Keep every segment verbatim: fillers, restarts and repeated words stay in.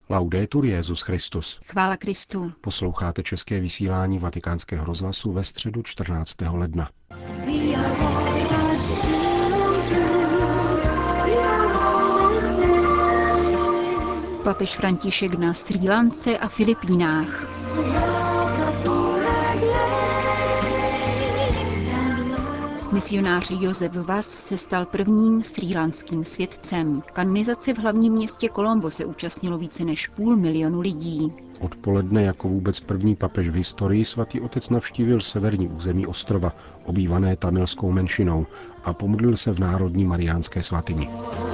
Laudetur Jesus Christus. Chvála Kristu. Posloucháte české vysílání Vatikánského rozhlasu ve středu čtrnáctého ledna. Papež František na Srí Lance a Filipínách. Misionář Josef Vaz se stal prvním srílanským světcem. Kanonizace v hlavním městě Colombo se účastnilo více než půl milionu lidí. Odpoledne jako vůbec první papež v historii svatý otec navštívil severní území ostrova, obývané tamilskou menšinou, a pomodlil se v národní mariánské svatyni.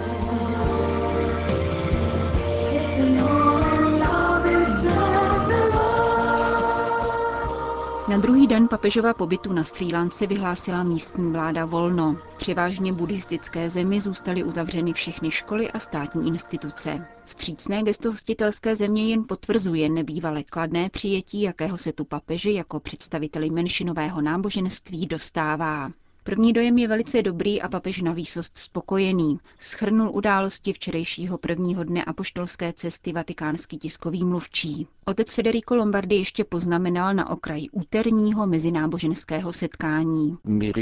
Na druhý den papežova pobytu na Srí Lance vyhlásila místní vláda volno. V převážně buddhistické zemi zůstaly uzavřeny všechny školy a státní instituce. Vstřícné gesto hostitelské země jen potvrzuje nebývalé kladné přijetí, jakého se tu papeži jako představiteli menšinového náboženství dostává. První dojem je velice dobrý a papež na výsost spokojený. Shrnul události včerejšího prvního dne apoštolské cesty vatikánský tiskový mluvčí. Otec Federico Lombardi ještě poznamenal na okraji úterního mezináboženského setkání.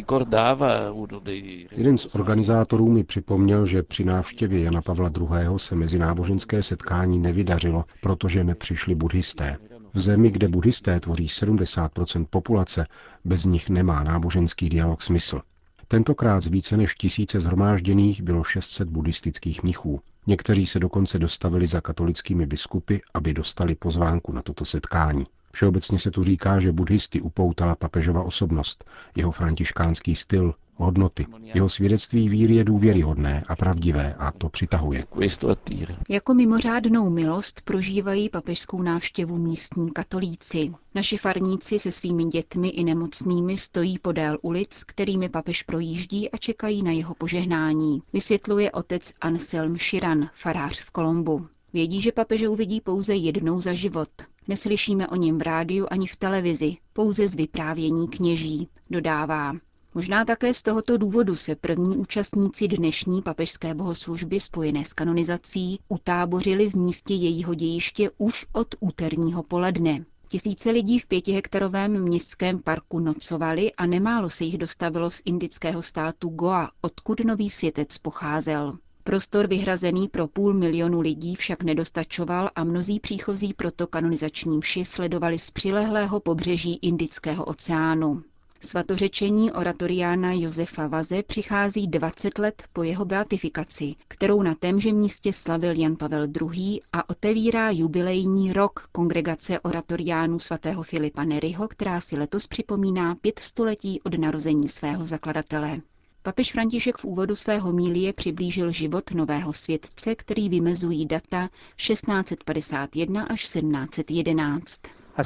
Jeden z organizátorů mi připomněl, že při návštěvě Jana Pavla druhého. se mezináboženské setkání nevydařilo, protože nepřišli buddhisté. V zemi, kde buddhisté tvoří sedmdesát procent populace, bez nich nemá náboženský dialog smysl. Tentokrát z více než tisíce shromážděných bylo šest set buddhistických mnichů. Někteří se dokonce dostavili za katolickými biskupy, aby dostali pozvánku na toto setkání. Všeobecně se tu říká, že buddhisty upoutala papežova osobnost, jeho františkánský styl, hodnoty. Jeho svědectví víry je důvěryhodné a pravdivé a to přitahuje. Jako mimořádnou milost prožívají papežskou návštěvu místní katolíci. Naši farníci se svými dětmi i nemocnými stojí podél ulic, kterými papež projíždí a čekají na jeho požehnání, vysvětluje otec Anselm Širan, farář v Colombu. Vědí, že papeže uvidí pouze jednou za život. Neslyšíme o něm v rádiu ani v televizi, pouze z vyprávění kněží, dodává. Možná také z tohoto důvodu se první účastníci dnešní papežské bohoslužby spojené s kanonizací utábořili v místě jejího dějiště už od úterního poledne. Tisíce lidí v pětihektarovém městském parku nocovali a nemálo se jich dostavilo z indického státu Goa, odkud nový světec pocházel. Prostor vyhrazený pro půl milionu lidí však nedostačoval a mnozí příchozí proto kanonizační mši sledovali z přilehlého pobřeží Indického oceánu. Svatořečení oratoriána Josefa Vaze přichází dvacet let po jeho beatifikaci, kterou na témže místě slavil Jan Pavel druhý. a otevírá jubilejní rok kongregace oratoriánů svatého Filipa Neriho, která si letos připomíná pět století od narození svého zakladatele. Papež František v úvodu své homilie přiblížil život nového světce, který vymezují data šestnáct padesát jedna až sedmnáct jedenáct.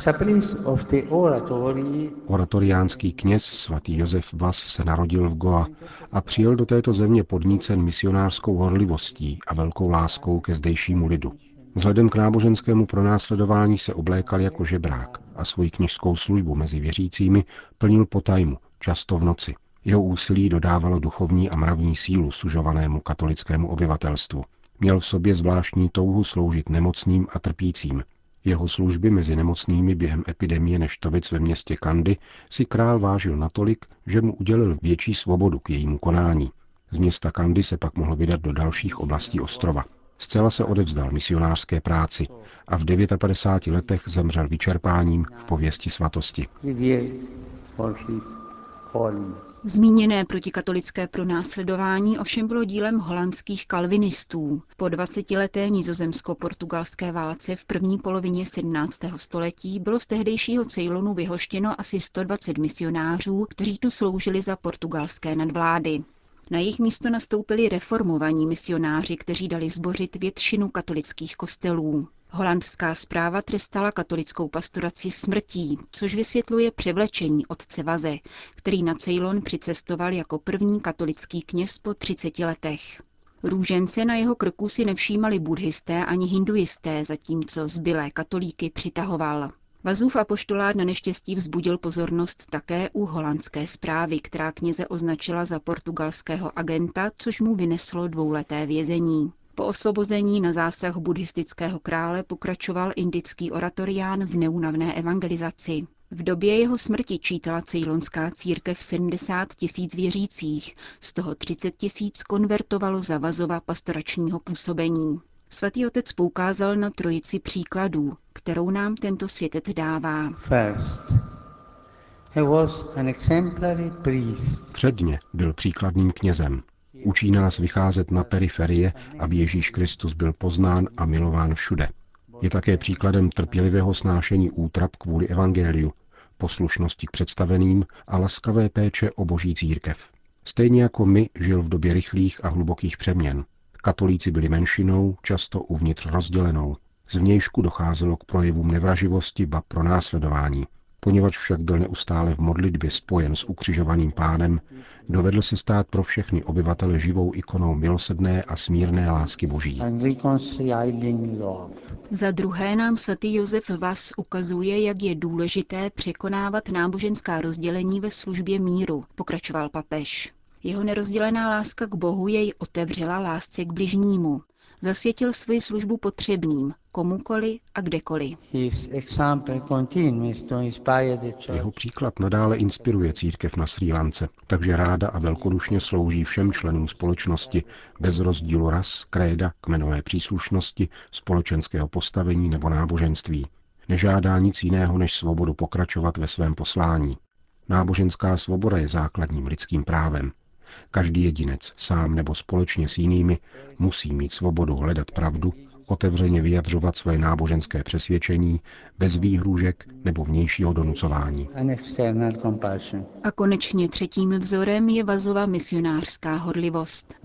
Oratoriánský kněz svatý Josef Vaz se narodil v Goa a přijel do této země podnícen misionářskou horlivostí a velkou láskou ke zdejšímu lidu. Vzhledem k náboženskému pronásledování se oblékal jako žebrák a svoji kněžskou službu mezi věřícími plnil po tajmu, často v noci. Jeho úsilí dodávalo duchovní a mravní sílu sužovanému katolickému obyvatelstvu. Měl v sobě zvláštní touhu sloužit nemocným a trpícím. Jeho služby mezi nemocnými během epidemie neštovic ve městě Kandy si král vážil natolik, že mu udělil větší svobodu k jejímu konání. Z města Kandy se pak mohl vydat do dalších oblastí ostrova. Zcela se odevzdal misionářské práci a v padesátdevíti letech zemřel vyčerpáním v pověsti svatosti. Zmíněné protikatolické pronásledování ovšem bylo dílem holandských kalvinistů. Po dvacetileté nizozemsko-portugalské válce v první polovině sedmnáctého století bylo z tehdejšího Ceylonu vyhoštěno asi sto dvacet misionářů, kteří tu sloužili za portugalské nadvlády. Na jejich místo nastoupili reformovaní misionáři, kteří dali zbořit většinu katolických kostelů. Holandská správa trestala katolickou pastoraci smrtí, což vysvětluje převlečení otce Vaze, který na Ceylon přicestoval jako první katolický kněz po třiceti letech. Růžence na jeho krku si nevšímali buddhisté ani hinduisté, zatímco zbylé katolíky přitahoval. Vazův apoštolát na neštěstí vzbudil pozornost také u holandské správy, která kněze označila za portugalského agenta, což mu vyneslo dvouleté vězení. Po osvobození na zásah buddhistického krále pokračoval indický oratorián v neúnavné evangelizaci. V době jeho smrti čítala ceylonská církev sedmdesát tisíc věřících, z toho třicet tisíc konvertovalo za Vazova pastoračního působení. Svatý otec poukázal na trojici příkladů, kterou nám tento světec dává. Předně byl příkladným knězem. Učí nás vycházet na periferie, aby Ježíš Kristus byl poznán a milován všude. Je také příkladem trpělivého snášení útrap kvůli evangeliu, poslušnosti k představeným a laskavé péče o boží církev. Stejně jako my žil v době rychlých a hlubokých přeměn. Katolíci byli menšinou, často uvnitř rozdělenou. Zvnějšku docházelo k projevům nevraživosti, ba pronásledování. Poněvadž však byl neustále v modlitbě spojen s ukřižovaným Pánem, dovedl se stát pro všechny obyvatele živou ikonou milosrdné a smírné lásky Boží. Za druhé nám svatý Josef Vaz ukazuje, jak je důležité překonávat náboženská rozdělení ve službě míru, pokračoval papež. Jeho nerozdělená láska k Bohu jej otevřela lásce k bližnímu. Zasvětil svoji službu potřebným, komukoli a kdekoli. Jeho příklad nadále inspiruje církev na Srí Lance, takže ráda a velkodušně slouží všem členům společnosti bez rozdílu ras, kréda, kmenové příslušnosti, společenského postavení nebo náboženství. Nežádá nic jiného než svobodu pokračovat ve svém poslání. Náboženská svoboda je základním lidským právem. Každý jedinec, sám nebo společně s jinými, musí mít svobodu hledat pravdu, otevřeně vyjadřovat své náboženské přesvědčení, bez výhrůžek nebo vnějšího donucování. A konečně třetím vzorem je Vazova misionářská horlivost.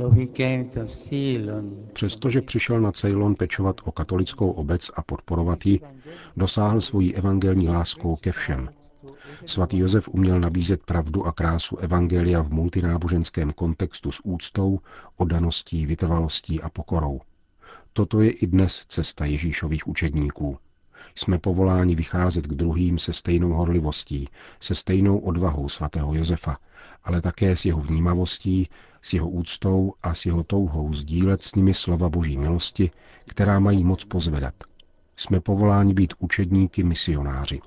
Přestože přišel na Ceylon pečovat o katolickou obec a podporovat ji, dosáhl svojí evangelní láskou ke všem. Svatý Josef uměl nabízet pravdu a krásu evangelia v multináboženském kontextu s úctou, oddaností, vytrvalostí a pokorou. Toto je i dnes cesta Ježíšových učedníků. Jsme povoláni vycházet k druhým se stejnou horlivostí, se stejnou odvahou svatého Josefa, ale také s jeho vnímavostí, s jeho úctou a s jeho touhou sdílet s nimi slova Boží milosti, která mají moc pozvedat. Jsme povoláni být učedníky misionáři.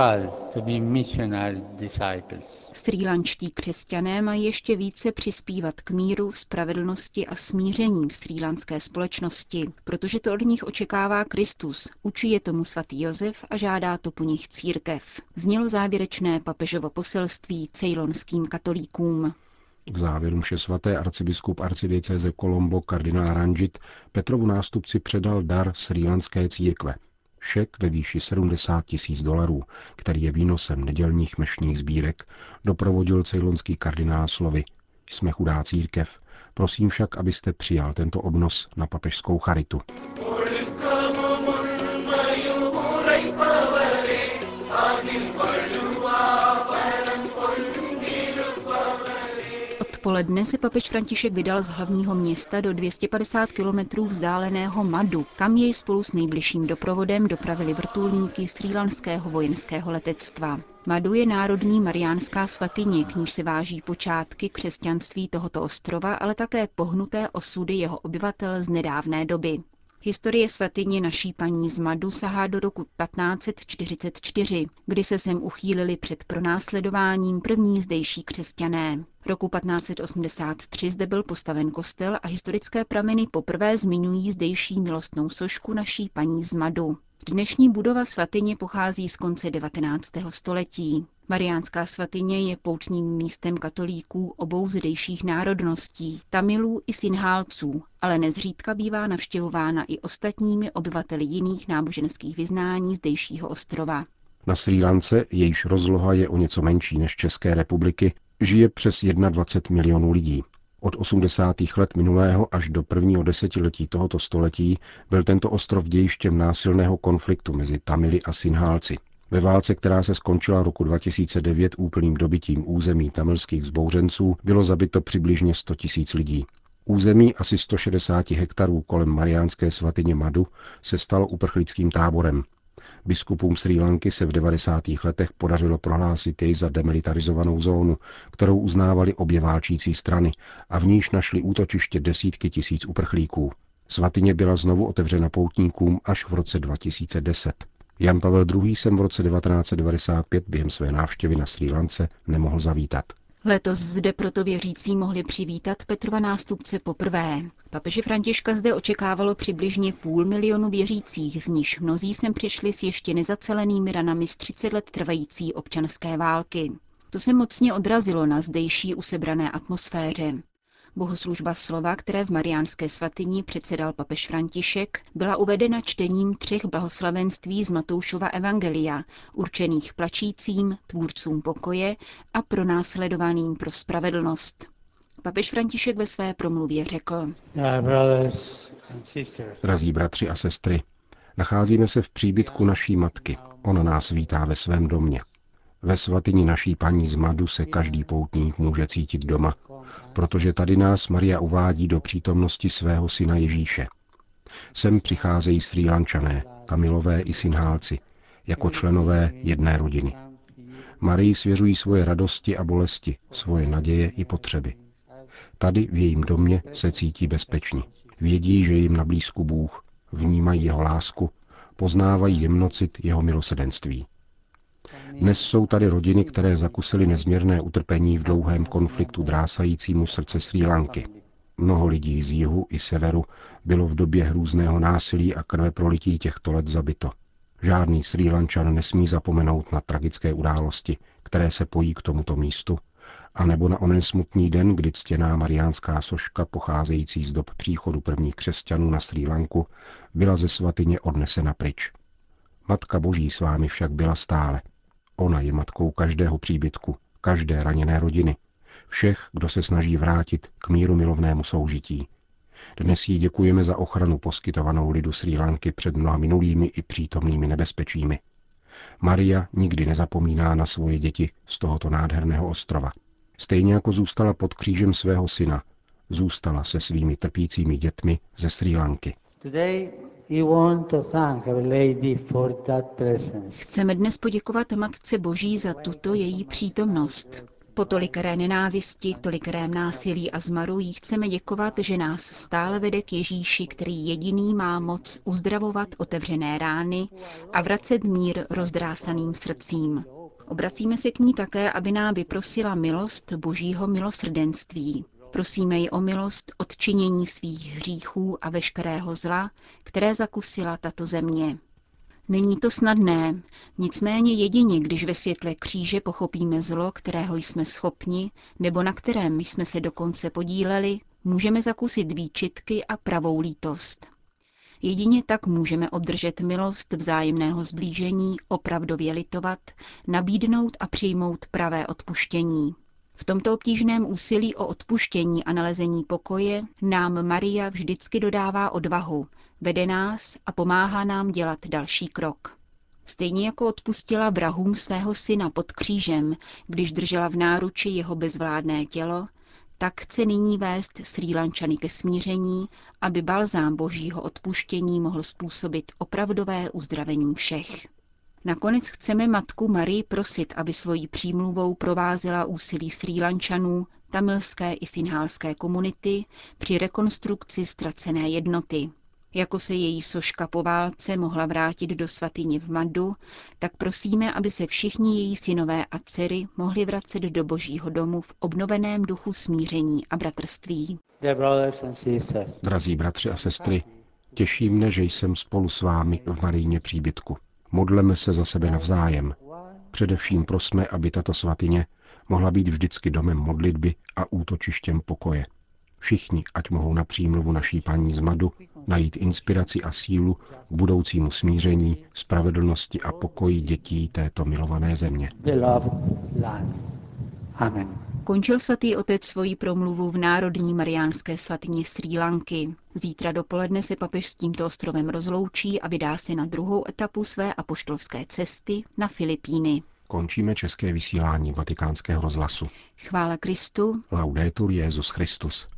Srílančtí křesťané mají ještě více přispívat k míru, spravedlnosti a smíření v srílanské společnosti, protože to od nich očekává Kristus, učí je tomu svatý Josef a žádá to po nich církev. Znělo závěrečné papežovo poselství ceylonským katolíkům. V závěru mše svaté arcibiskup arcidiecéze Colombo kardinál Ranjit Petrovu nástupci předal dar srílanské církve. Šek ve výši sedmdesát tisíc dolarů, který je výnosem nedělních mešních sbírek, doprovodil ceylonský kardinál slovy: Jsme chudá církev, prosím však, abyste přijal tento obnos na papežskou charitu. Odpoledne se papež František vydal z hlavního města do dvě stě padesát kilometrů vzdáleného Madu, kam jej spolu s nejbližším doprovodem dopravili vrtulníky srílanského vojenského letectva. Madu je národní mariánská svatyně, k níž se váží počátky křesťanství tohoto ostrova, ale také pohnuté osudy jeho obyvatel z nedávné doby. Historie svatyně Naší Paní z Madu sahá do roku patnáct set čtyřicet čtyři, kdy se sem uchýlili před pronásledováním první zdejší křesťané. Roku patnáct set osmdesát tři zde byl postaven kostel a historické prameny poprvé zmiňují zdejší milostnou sošku Naší Paní z Madu. Dnešní budova svatyně pochází z konce devatenáctého století. Mariánská svatyně je poutním místem katolíků obou zdejších národností, Tamilů i Sinhálců, ale nezřídka bývá navštěvována i ostatními obyvateli jiných náboženských vyznání zdejšího ostrova. Na Srí Lance, jejíž rozloha je o něco menší než České republiky, žije přes dvacet jedna milionů lidí. Od osmdesátých let minulého až do prvního desetiletí tohoto století byl tento ostrov dějištěm násilného konfliktu mezi Tamily a Sinhálci. Ve válce, která se skončila roku dva tisíce devět úplným dobytím území tamilských vzbouřenců, bylo zabito přibližně sto tisíc lidí. Území asi sto šedesát hektarů kolem mariánské svatyně Madu se stalo uprchlickým táborem. Biskupům Srí Lanky se v devadesátých letech podařilo prohlásit jej za demilitarizovanou zónu, kterou uznávali obě válčící strany a v níž našli útočiště desítky tisíc uprchlíků. Svatyně byla znovu otevřena poutníkům až v roce dva tisíce deset. Jan Pavel druhý. sem v roce devatenáct set devadesát pět během své návštěvy na Srí Lance nemohl zavítat. Letos zde proto věřící mohli přivítat Petrova nástupce poprvé. Papeže Františka zde očekávalo přibližně půl milionu věřících, z nichž mnozí sem přišli s ještě nezacelenými ranami z třicet let trvající občanské války. To se mocně odrazilo na zdejší usebrané atmosféře. Bohoslužba slova, které v Mariánské svatyni předsedal papež František, byla uvedena čtením třech blahoslavenství z Matoušova evangelia, určených plačícím, tvůrcům pokoje a pronásledovaným pro spravedlnost. Papež František ve své promluvě řekl: Drazí bratři a sestry, nacházíme se v příbytku naší matky. Ona nás vítá ve svém domě. Ve svatyni naší paní z Madu se každý poutník může cítit doma, protože tady nás Maria uvádí do přítomnosti svého syna Ježíše. Sem přicházejí Srí Lančané, Tamilové i Sinhálci, jako členové jedné rodiny. Marii svěřují svoje radosti a bolesti, svoje naděje i potřeby. Tady v jejím domě se cítí bezpeční. Vědí, že jim na blízku Bůh, vnímají jeho lásku, poznávají jemnocit jeho milosrdenství. Dnes jsou tady rodiny, které zakusily nezměrné utrpení v dlouhém konfliktu drásajícímu srdce Srí Lanky. Mnoho lidí z jihu i severu bylo v době hrůzného násilí a krveprolití těchto let zabito. Žádný Srí Lančan nesmí zapomenout na tragické události, které se pojí k tomuto místu, anebo na onen smutný den, kdy ctěná mariánská soška pocházející z dob příchodu prvních křesťanů na Srí Lanku byla ze svatyně odnesena pryč. Matka Boží s vámi však byla stále. Ona je matkou každého příbytku, každé raněné rodiny, všech, kdo se snaží vrátit k míru milovnému soužití. Dnes jí děkujeme za ochranu poskytovanou lidu Srí Lanky před mnoha minulými i přítomnými nebezpečími. Maria nikdy nezapomíná na svoje děti z tohoto nádherného ostrova. Stejně jako zůstala pod křížem svého syna, zůstala se svými trpícími dětmi ze Srí Lanky. Chceme dnes poděkovat Matce Boží za tuto její přítomnost. Po tolikré nenávisti, tolikrém násilí a zmaru jí chceme děkovat, že nás stále vede k Ježíši, který jediný má moc uzdravovat otevřené rány a vracet mír rozdrásaným srdcím. Obracíme se k ní také, aby nám vyprosila milost Božího milosrdenství. Prosíme ji o milost odčinění svých hříchů a veškerého zla, které zakusila tato země. Není to snadné, nicméně jedině, když ve světle kříže pochopíme zlo, kterého jsme schopni, nebo na kterém jsme se dokonce podíleli, můžeme zakusit výčitky a pravou lítost. Jedině tak můžeme obdržet milost vzájemného zblížení, opravdově litovat, nabídnout a přijmout pravé odpuštění. V tomto obtížném úsilí o odpuštění a nalezení pokoje nám Maria vždycky dodává odvahu, vede nás a pomáhá nám dělat další krok. Stejně jako odpustila vrahům svého syna pod křížem, když držela v náruči jeho bezvládné tělo, tak chce nyní vést Srí Lančany ke smíření, aby balzám Božího odpuštění mohl způsobit opravdové uzdravení všech. Nakonec chceme matku Marii prosit, aby svojí přímluvou provázela úsilí Srí Lančanů, tamilské i sinhálské komunity při rekonstrukci ztracené jednoty. Jako se její soška po válce mohla vrátit do svatyně v Madu, tak prosíme, aby se všichni její synové a dcery mohli vracet do Božího domu v obnoveném duchu smíření a bratrství. Drazí bratři a sestry, těší mne, že jsem spolu s vámi v Marijně příbytku. Modleme se za sebe navzájem. Především prosme, aby tato svatyně mohla být vždycky domem modlitby a útočištěm pokoje. Všichni, ať mohou na přímluvu naší paní z Madu najít inspiraci a sílu k budoucímu smíření, spravedlnosti a pokoji dětí této milované země. Amen. Končil svatý otec svoji promluvu v Národní mariánské svatyni Srí Lanky. Zítra dopoledne se papež s tímto ostrovem rozloučí a vydá se na druhou etapu své apoštolské cesty na Filipíny. Končíme české vysílání Vatikánského rozhlasu. Chvála Kristu. Laudetur Jesus Christus.